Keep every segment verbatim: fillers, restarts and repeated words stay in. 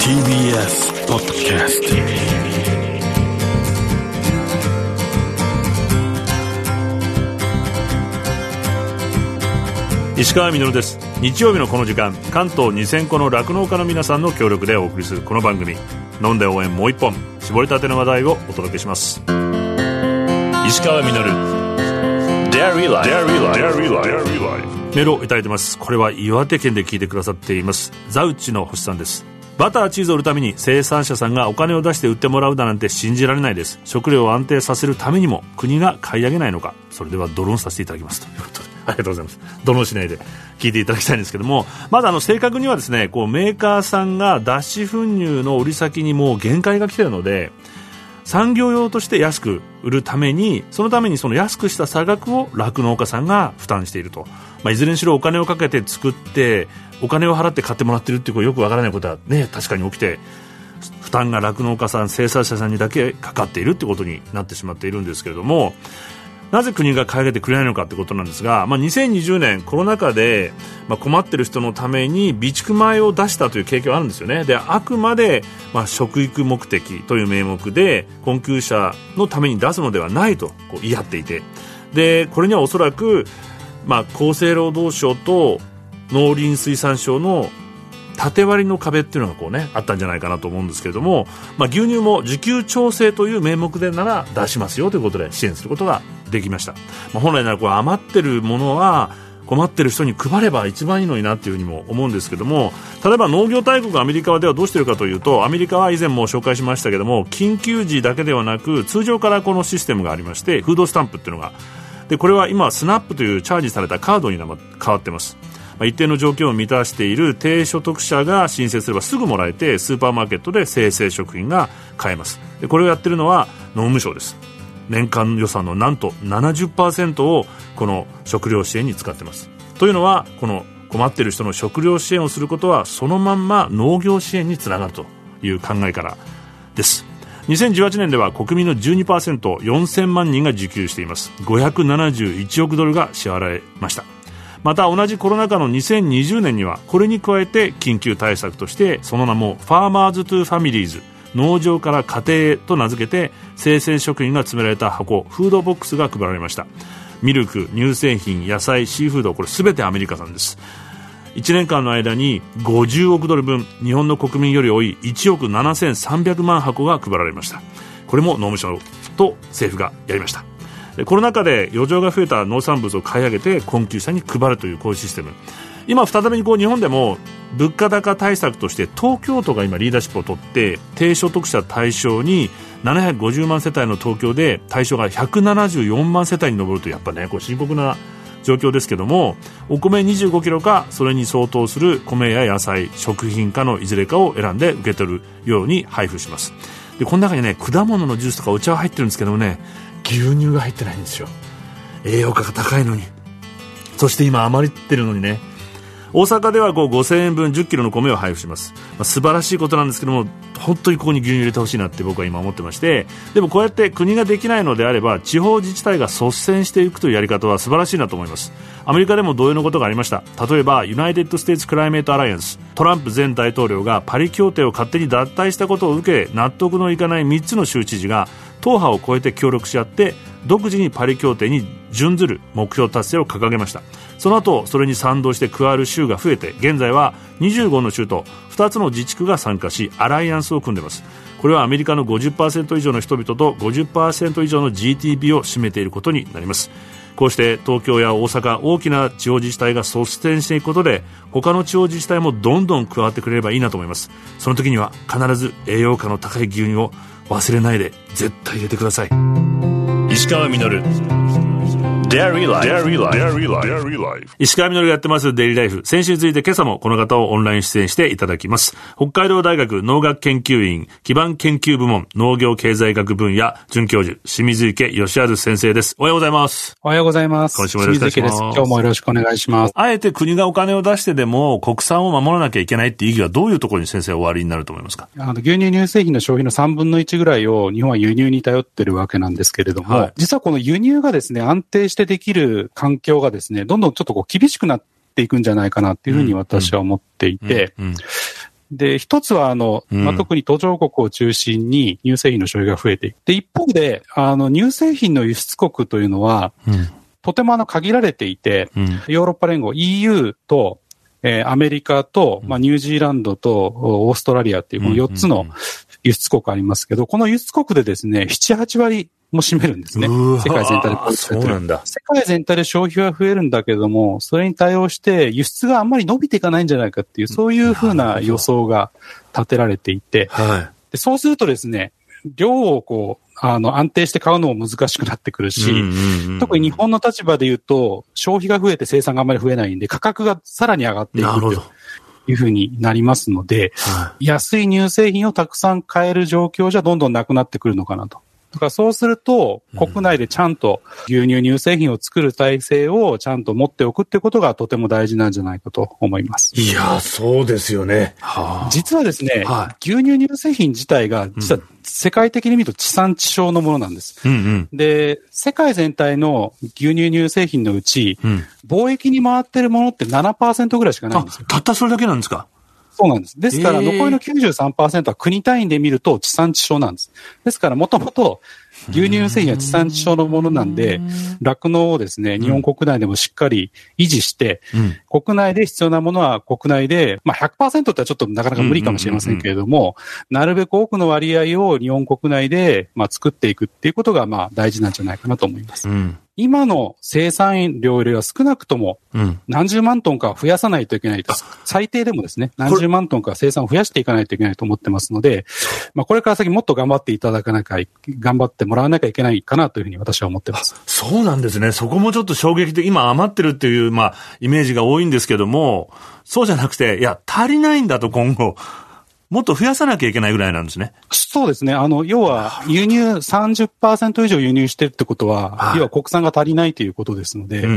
ティービーエス ポッドキャスト石川みのるです。日曜日のこの時間、関東にせんこの酪農家の皆さんの協力でお送りするこの番組、飲んで応援もう一本、絞りたての話題をお届けします。石川みのる Dairy Life メールをいただいてます。これは岩手県で聞いてくださっていますザウチの星さんです。バターチーズを売るために生産者さんがお金を出して売ってもらうだなんて信じられないです。食料を安定させるためにも国が買い上げないのか。それではドローンさせていただきますということで、ありがとうございます。ドローンしないで聞いていただきたいんですけども、まだあの正確にはですね、こうメーカーさんが脱脂粉乳の売り先にもう限界が来ているので、産業用として安く売るために、そのためにその安くした差額を酪農家さんが負担していると、まあ、いずれにしろお金をかけて作ってお金を払って買ってもらっているっていう、よくわからないことはね、確かに起きて、負担が酪農家さん生産者さんにだけかかっているってことになってしまっているんですけれども、なぜ国が買い上げてくれないのかってことなんですが、まあ、にせんにじゅうねんコロナ禍で、まあ、困っている人のために備蓄米を出したという経験はあるんですよね。で、あくまで、まあ、食育目的という名目で困窮者のために出すのではないとこう言い張っていて、でこれにはおそらく、まあ、厚生労働省と農林水産省の縦割りの壁っていうのがこう、ね、あったんじゃないかなと思うんですけれども、まあ、牛乳も需給調整という名目でなら出しますよということで支援することができました。まあ、本来ならこう余ってるものは困ってる人に配れば一番いいのになっていうふうにも思うんですけども、例えば農業大国アメリカではどうしているかというと、アメリカは以前も紹介しましたけども、緊急時だけではなく通常からこのシステムがありまして、フードスタンプっていうのが、でこれは今スナップというチャージされたカードに変わってます。一定の条件を満たしている低所得者が申請すればすぐもらえて、スーパーマーケットで生鮮食品が買えます。でこれをやっているのは農務省です。年間予算のなんと ななじゅっパーセント をこの食料支援に使っています。というのは、この困っている人の食料支援をすることはそのまんま農業支援につながるという考えからです。にせんじゅうはちねんでは国民の じゅうにパーセント、よんせんまんにんが受給しています。ごひゃくななじゅういちおくドルが支払えました。また同じコロナ禍のにせんにじゅうねんにはこれに加えて緊急対策として、その名もファーマーズトゥファミリーズ、農場から家庭へと名付けて生鮮食品が詰められた箱、フードボックスが配られました。ミルク、乳製品、野菜、シーフード、これ全てアメリカ産です。いちねんかんの間にごじゅうおくドル分、日本の国民より多いいちおくななせんさんびゃくまん箱が配られました。これも農務省と政府がやりました。コロナ禍で余剰が増えた農産物を買い上げて困窮者に配るというこういうシステム、今再びこう日本でも物価高対策として東京都が今リーダーシップを取って、低所得者対象にななひゃくごじゅうまん世帯の東京で対象がひゃくななじゅうよんまん世帯に上ると、やっぱねこう深刻な状況ですけども、お米にじゅうごキロかそれに相当する米や野菜、食品かのいずれかを選んで受け取るように配布します。でこの中にね、果物のジュースとかお茶は入ってるんですけどもね、牛乳が入ってないんですよ。栄養価が高いのに、そして今余ってるのにね。大阪ではこうごせんえんぶんじゅっキロの米を配布します。まあ、素晴らしいことなんですけども、本当にここに牛乳入れてほしいなって僕は今思ってまして、でもこうやって国ができないのであれば地方自治体が率先していくというやり方は素晴らしいなと思います。アメリカでも同様のことがありました。例えばユナイテッド・ステーツ・クライメート・アライアンス、トランプ前大統領がパリ協定を勝手に脱退したことを受け、納得のいかないみっつの州知事が党派を超えて協力し合って独自にパリ協定に準ずる目標達成を掲げました。その後それに賛同して加わる州が増えて、現在はにじゅうごの州とふたつの自治区が参加しアライアンスを組んでいます。これはアメリカの ごじゅっパーセント 以上の人々と ごじゅっパーセント 以上の ジーティービー を占めていることになります。こうして東京や大阪、大きな地方自治体が率先していくことで、他の地方自治体もどんどん加わってくれればいいなと思います。その時には必ず栄養価の高い牛乳を忘れないで絶対入れてください。石川みのるDairy Life。石川みのるがやってますデイリーライフ。先週について今朝もこの方をオンライン出演していただきます。北海道大学農学研究院基盤研究部門農業経済学分野准教授、清水池義治先生です。おはようございます。 おはようございます。 今週もよろしくお願いします。 清水池です。今日もよろしくお願いします。 あえて国がお金を出してでも国産を守らなきゃいけないっていう意義はどういうところに先生はおありになると思いますか？ あの牛乳乳製品の消費のさんぶんのいちぐらいを日本は輸入に頼ってるわけなんですけれども、はい、実はこの輸入がですね、安定してできる環境がですね、どんどんちょっとこう厳しくなっていくんじゃないかなっていうふうに私は思っていて、 で、一つは、あの、まあ、特に途上国を中心に乳製品の消費が増えていく。で、一方で、あの、乳製品の輸出国というのは、うん、とてもあの、限られていて、うん、ヨーロッパ連合 イーユー と、えー、アメリカと、まあ、ニュージーランドとオーストラリアっていうこのよっつの輸出国ありますけど、この輸出国でですね、なな、はちわりも占めるんですね。世界全体で。 そうなんだ。 世界全体で消費は増えるんだけども、それに対応して輸出があんまり伸びていかないんじゃないかっていう、そういうふうな予想が立てられていて、はい、でそうするとですね、量をこう、あの、安定して買うのも難しくなってくるし、うんうんうん、特に日本の立場で言うと、消費が増えて生産があんまり増えないんで、価格がさらに上がっていくというふうになりますので、はい、安い乳製品をたくさん買える状況じゃどんどんなくなってくるのかなと。だからそうすると、国内でちゃんと牛乳乳製品を作る体制をちゃんと持っておくってことがとても大事なんじゃないかと思います。 いや、そうですよね。 はあ、実はですね、はい、牛乳乳製品自体が実は世界的に見ると地産地消のものなんです。うんうん、で、世界全体の牛乳乳製品のうち、うん、貿易に回ってるものって ななパーセント ぐらいしかないんですよ。 たったそれだけなんですか？ そうなんです。ですから、残りの きゅうじゅうさんパーセント は国単位で見ると地産地消なんです。ですから、もともと牛乳製品は地産地消のものなんで、酪農をですね、日本国内でもしっかり維持して、うん、国内で必要なものは国内で、まあ ひゃくパーセント ってはちょっとなかなか無理かもしれませんけれども、なるべく多くの割合を日本国内で、まあ、作っていくっていうことが、まあ、大事なんじゃないかなと思います。うん、今の生産量よりは少なくとも何十万トンか増やさないといけないです。最低でもですね、何十万トンか生産を増やしていかないといけないと思ってますので、まあこれから先もっと頑張っていただかなきゃ、頑張ってもらわなきゃいけないかなというふうに私は思ってます。 そうなんですね。そこもちょっと衝撃的。今余ってるっていう、まあイメージが多いんですけども、そうじゃなくて、いや、足りないんだと今後。もっと増やさなきゃいけないぐらいなんですね。 そうですね。あの、要は、輸入 さんじゅっパーセント 以上輸入してるってことは、はい、要は国産が足りないということですので、うんうんうん、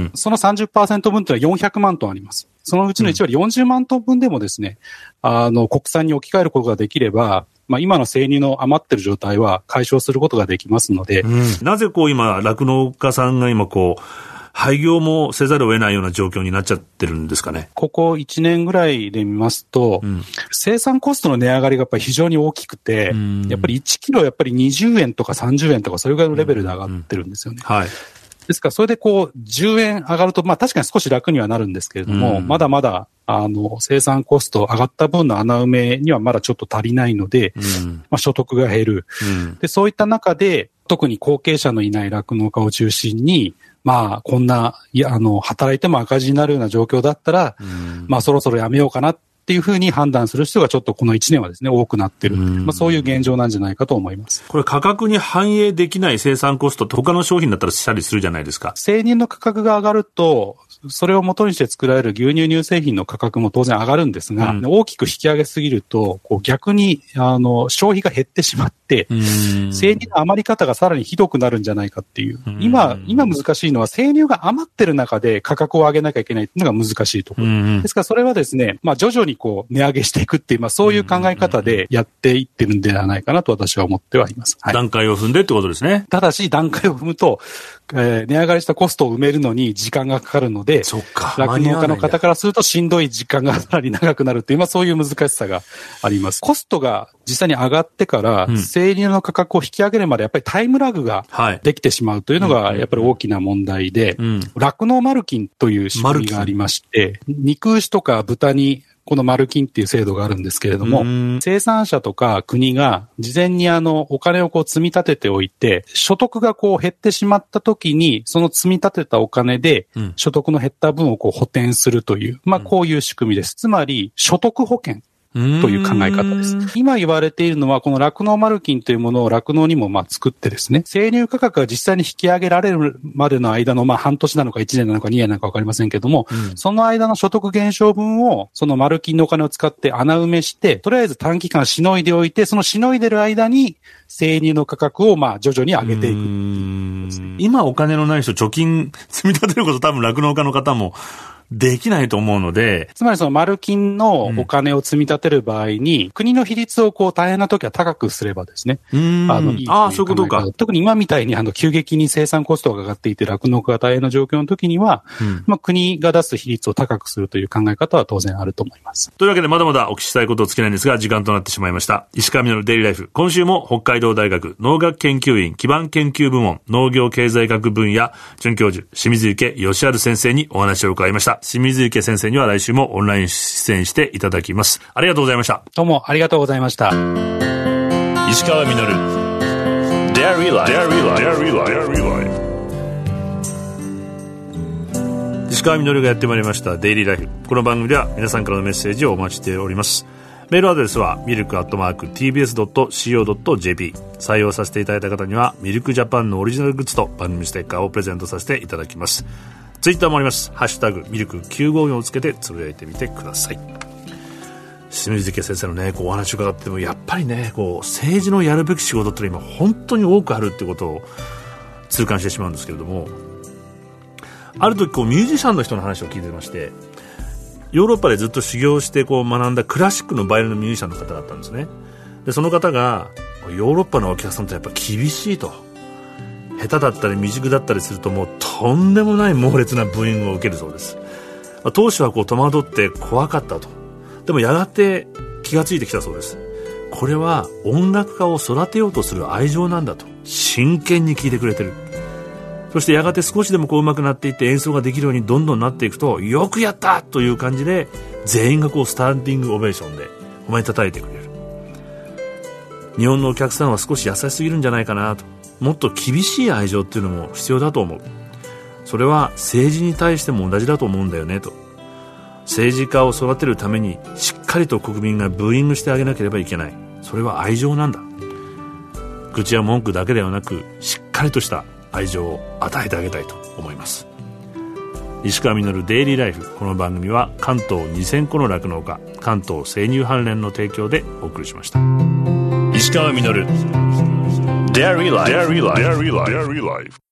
その さんじゅっパーセント 分というのはよんひゃくまんトンあります。そのうちのいちわりよんじゅうまんトン分でもですね、あの、国産に置き換えることができれば、まあ、今の生乳の余ってる状態は解消することができますので。 うん、なぜこう今、酪農家さんが今こう、廃業もせざるを得ないような状況になっちゃってるんですかね。 ここいちねんぐらいで見ますと、うん、生産コストの値上がりがやっぱり非常に大きくて、うん、やっぱりいちキロやっぱりにじゅうえんとかさんじゅうえんとかそういうぐらいのレベルで上がってるんですよね。うんうん、はい。ですから、それでこう、じゅうえん上がると、まあ確かに少し楽にはなるんですけれども、うん、まだまだ、あの、生産コスト上がった分の穴埋めにはまだちょっと足りないので、うん、まあ所得が減る、うん。で、そういった中で、特に後継者のいない酪農家を中心に、まあ、こんな、いや、あの、働いても赤字になるような状況だったら、うん、まあそろそろやめようかなっていうふうに判断する人がちょっとこのいちねんはですね、多くなってる。うん、まあそういう現状なんじゃないかと思います。 これ価格に反映できない生産コストって他の商品だったらしたりするじゃないですか。 生乳の価格が上がると、それを元にして作られる牛乳乳製品の価格も当然上がるんですが、うん、大きく引き上げすぎると、こう逆に、あの、消費が減ってしまって、生乳の余り方がさらにひどくなるんじゃないかっていう。今、今難しいのは生乳が余ってる中で価格を上げなきゃいけないっていうのが難しいところ。ですからそれはですね、まあ徐々にこう値上げしていくっていう、まあそういう考え方でやっていってるんではないかなと私は思ってはいます。はい、 段階を踏んでってことですね。 ただし段階を踏むと、えー、値上がりしたコストを埋めるのに時間がかかるので、酪農家の方からするとしんどい時間がさらに長くなるっていう、まあそういう難しさがあります。コストが実際に上がってから、うん、生乳の価格を引き上げるまでやっぱりタイムラグができてしまうというのがやっぱり大きな問題で、酪農マルキンという仕組みがありまして、肉牛とか豚にこのマルキンっていう制度があるんですけれども、生産者とか国が事前にあのお金をこう積み立てておいて、所得がこう減ってしまった時に、その積み立てたお金で所得の減った分をこう補填するという、まあこういう仕組みです。つまり所得保険という考え方です。今言われているのは、この酪農マルキンというものを酪農にもまあ作ってですね、生乳価格が実際に引き上げられるまでの間のまあ半年なのかいちねんなのかにねんなのかわかりませんけども、うん、その間の所得減少分をそのマルキンのお金を使って穴埋めして、とりあえず短期間しのいでおいて、そのしのいでる間に生乳の価格をまあ徐々に上げていくっていうことですね。 今お金のない人貯金積み立てること多分酪農家の方もできないと思うので。 つまりそのマル金のお金を積み立てる場合に、うん、国の比率をこう大変な時は高くすればですね。 うん。 あの、 いいああ、そういうことか。 特に今みたいにあの急激に生産コストが上がっていて酪農家が大変な状況の時には、うん、まあ国が出す比率を高くするという考え方は当然あると思います。 というわけでまだまだお聞きしたいことを尽きないんですが、時間となってしまいました。石川稔のデイリーライフ。今週も北海道大学農学研究院基盤研究部門農業経済学分野准教授清水池義治先生にお話を伺いました。清水池先生には来週もオンライン出演していただきます。ありがとうございました。 どうもありがとうございました。 石川稔 Dairy Life石川稔がやってまいりましたデイリーライフ。この番組では皆さんからのメッセージをお待ちしております。メールアドレスはミルクアットマーク ティービーエスドットシーオードットジェーピー。 採用させていただいた方にはミルクジャパンのオリジナルグッズと番組ステッカーをプレゼントさせていただきます。ツイッターもあります。ハッシュタグミルクきゅうごよんをつけてつぶやいてみてください。清水池先生のねこうお話を伺ってもやっぱりねこう政治のやるべき仕事って今本当に多くあるってことを痛感してしまうんですけれども、ある時こうミュージシャンの人の話を聞いてまして、ヨーロッパでずっと修行してこう学んだクラシックのバイオリンのミュージシャンの方だったんですね。でその方がヨーロッパのお客さんってやっぱ厳しいと、下手だったり未熟だったりするともうとんでもない猛烈なブーイングを受けるそうです。当初はこう戸惑って怖かったと。でもやがて気がついてきたそうです。これは音楽家を育てようとする愛情なんだと真剣に聞いてくれてる。そしてやがて少しでもこう上手くなっていって演奏ができるようにどんどんなっていくと、よくやったという感じで全員がこうスタンディングオベーションでお前叩いてくれる。日本のお客さんは少し優しすぎるんじゃないかなと、もっと厳しい愛情っていうのも必要だと思う。それは政治に対しても同じだと思うんだよねと。政治家を育てるためにしっかりと国民がブーイングしてあげなければいけない。それは愛情なんだ。愚痴や文句だけではなくしっかりとした愛情を与えてあげたいと思います。石川稔デイリーライフ。この番組は関東にせんこの酪農家関東生乳関連の提供でお送りしました。石川稔デイリーライフ。